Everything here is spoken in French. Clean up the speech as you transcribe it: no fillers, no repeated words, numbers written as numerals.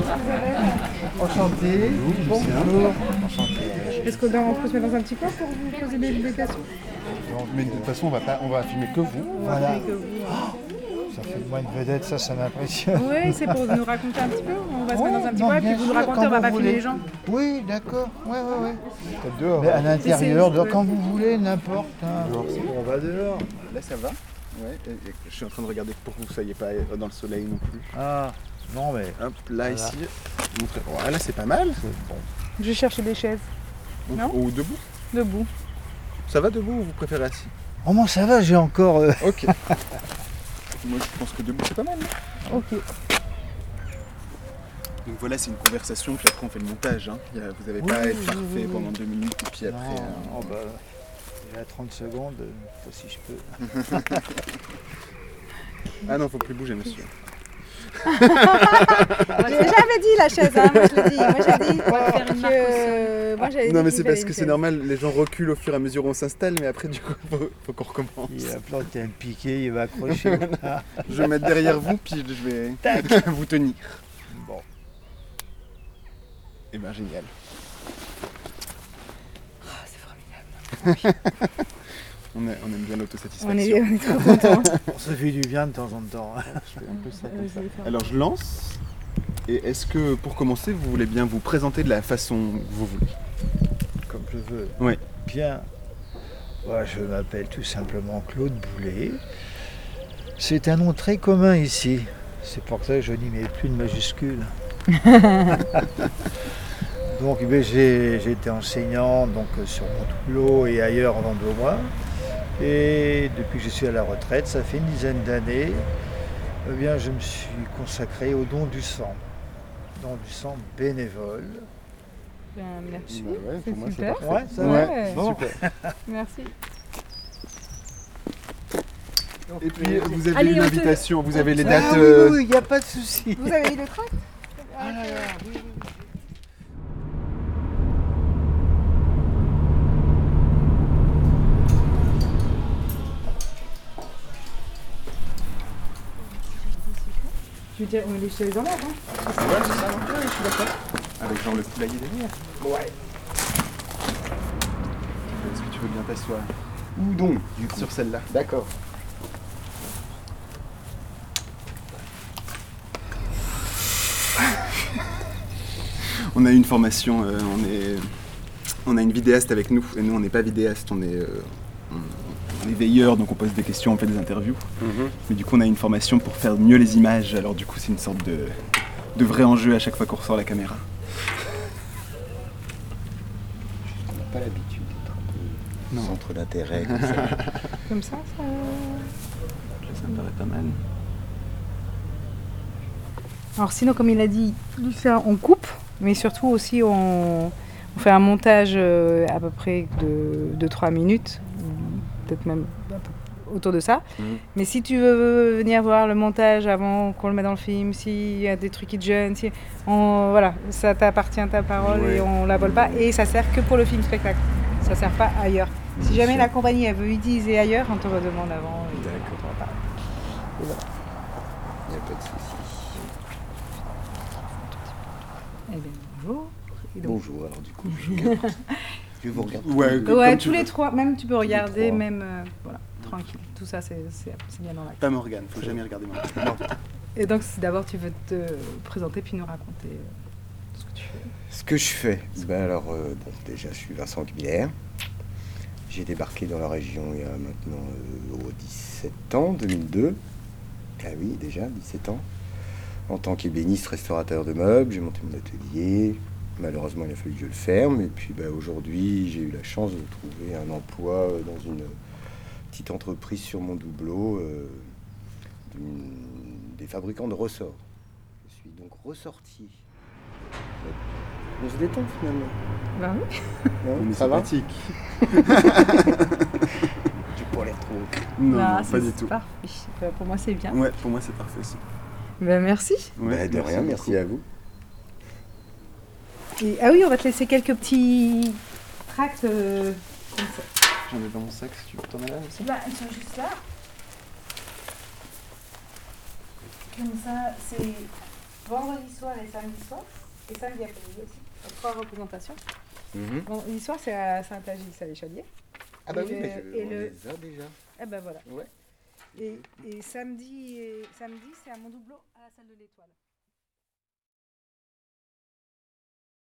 Enchanté. Bonjour. Enchanté. Est-ce qu'on peut se mettre dans un petit coin pour vous poser des questions? Mais de toute façon, on va filmer que vous. Voilà. Ça fait de moi une vedette, ça m'impressionne. Oui, c'est pour nous raconter un petit peu. On va se mettre dans un petit non, coin et bien puis vous nous sûr, racontez, quand on va vous pas filmer voulez. les gens. Oui, d'accord. Ouais. Peut-être dehors. Mais à l'intérieur, ouais. quand vous voulez, n'importe. Hein. On va dehors. Là, ça va. Ouais. Et je suis en train de regarder pour que vous ne soyez pas dans le soleil non plus. Ah, non mais... Hop, là, Voilà. ici. Voilà, c'est pas mal. C'est bon. Je vais chercher des chaises. Non. Ou debout. Debout. Ça va debout ou vous préférez assis? Oh moi ça va, j'ai encore... Ok. Moi, je pense que debout, c'est pas mal. Non? Ok. Donc voilà, c'est une conversation, puis après on fait le montage. Hein. Vous n'avez pas à être parfait pendant 2 minutes, et puis après... Non, oh bah, il y a 30 secondes, si je peux. Ah non, faut plus bouger, monsieur. J'avais dit la chaise, hein, moi je l'ai dit. Moi j'ai dit Non mais c'est parce que c'est normal, les gens reculent au fur et à mesure où on s'installe, mais après du coup faut qu'on recommence. Il a planté un piqué, il va accrocher. Je vais mettre derrière vous puis je vais vous tenir. Bon. Et ben génial. C'est formidable. On aime bien l'autosatisfaction. On est trop contents. On se fait du bien de temps en temps. Je fais un peu ça comme ça. Alors je lance. Et est-ce que pour commencer vous voulez bien vous présenter de la façon que vous voulez? Comme je veux. Ouais. Bien. Moi, je m'appelle tout simplement Claude Boulet. C'est un nom très commun ici. C'est pour ça que je n'y mets plus de majuscules. Donc j'ai été enseignant sur Montouplot et ailleurs en Vendôme. Et depuis que je suis à la retraite, ça fait une dizaine d'années, eh bien, je me suis consacré au don du sang. Don du sang bénévole. Ben, merci. Bah ouais, pour moi, c'est super. parfait. Ouais, ça Ouais. va. Bon. Super. Merci. Et puis vous avez Allez, une on te- invitation, vous avez les Ah dates. oui, il n'y a pas de souci. Vous avez eu le tract? Ah là là, oui. Je veux dire, on met les chaises en l'air, hein. Ouais, c'est ça, non? Ouais, je suis d'accord. Avec genre le poulailler derrière. Ouais. Est-ce que tu veux bien t'asseoir? Où donc, du coup? Sur celle-là. D'accord. On a eu une formation, on a une vidéaste avec nous, et nous on n'est pas vidéaste, on est veilleurs, donc on pose des questions, on fait des interviews. Mais du coup on a une formation pour faire mieux les images, alors du coup c'est une sorte de vrai enjeu à chaque fois qu'on ressort la caméra. On n'a pas l'habitude d'être un peu Non. centre d'intérêt comme ça. Comme ça. Là ça me paraît pas mal. Alors sinon, comme il a dit, on coupe, mais surtout aussi on fait un montage à peu près de 3 minutes, peut-être même autour de ça. Mais si tu veux venir voir le montage avant qu'on le mette dans le film, s'il y a des trucs qui te gênent, voilà, ça t'appartient ta parole Ouais. et on la vole pas. Et ça sert que pour le film spectacle, ça sert pas ailleurs. Si jamais la compagnie elle veut utiliser ailleurs, on te redemande avant. Et D'accord. on va pas. Et voilà. Il n'y a pas de souci. Eh bien, bonjour. Et donc- Bonjour, alors du coup, je vais vous regarder. Ouais, Ouais, comme tu tous les veux. trois, même tu peux regarder, trois. même voilà, tranquille. Tout ça, c'est bien dans l'acte. Pas Morgane, faut jamais regarder Morgane. Et donc, si d'abord tu veux te présenter puis nous raconter ce que tu fais. Ce que je fais, alors, bon, déjà, je suis Vincent Guibert. J'ai débarqué dans la région il y a maintenant 17 ans, 2002. Ah oui, déjà, 17 ans. En tant qu'ébéniste, restaurateur de meubles, j'ai monté mon atelier. Malheureusement, il a fallu que je le ferme. Et puis aujourd'hui, j'ai eu la chance de trouver un emploi dans une petite entreprise sur Montdoubleau, des fabricants de ressorts. Je suis donc ressorti. On se détend finalement. Bah oui. Non, On est ça va? sympathique. J'ai pas l'air trop. Non, Bah, non, c'est pas du tout. parfait. Bah, pour moi, c'est bien. Ouais, pour moi c'est parfait aussi. Ben merci. Ouais, De rien, merci beaucoup. à vous. Et, ah oui, on va te laisser quelques petits tracts comme ça. J'en ai dans mon sac si tu veux, t'en as là aussi. Bah, ils sont juste là. Comme ça, c'est vendredi soir et samedi soir. Et samedi après-midi aussi. Il y a 3 représentations. Vendredi soir, c'est à Saint-Agile, c'est à l'Échalier. Ah bah Et oui, le- mais et on le- les a déjà. Eh ben voilà. Ouais. Et samedi, c'est à Mondoubleau, à la salle de l'Étoile.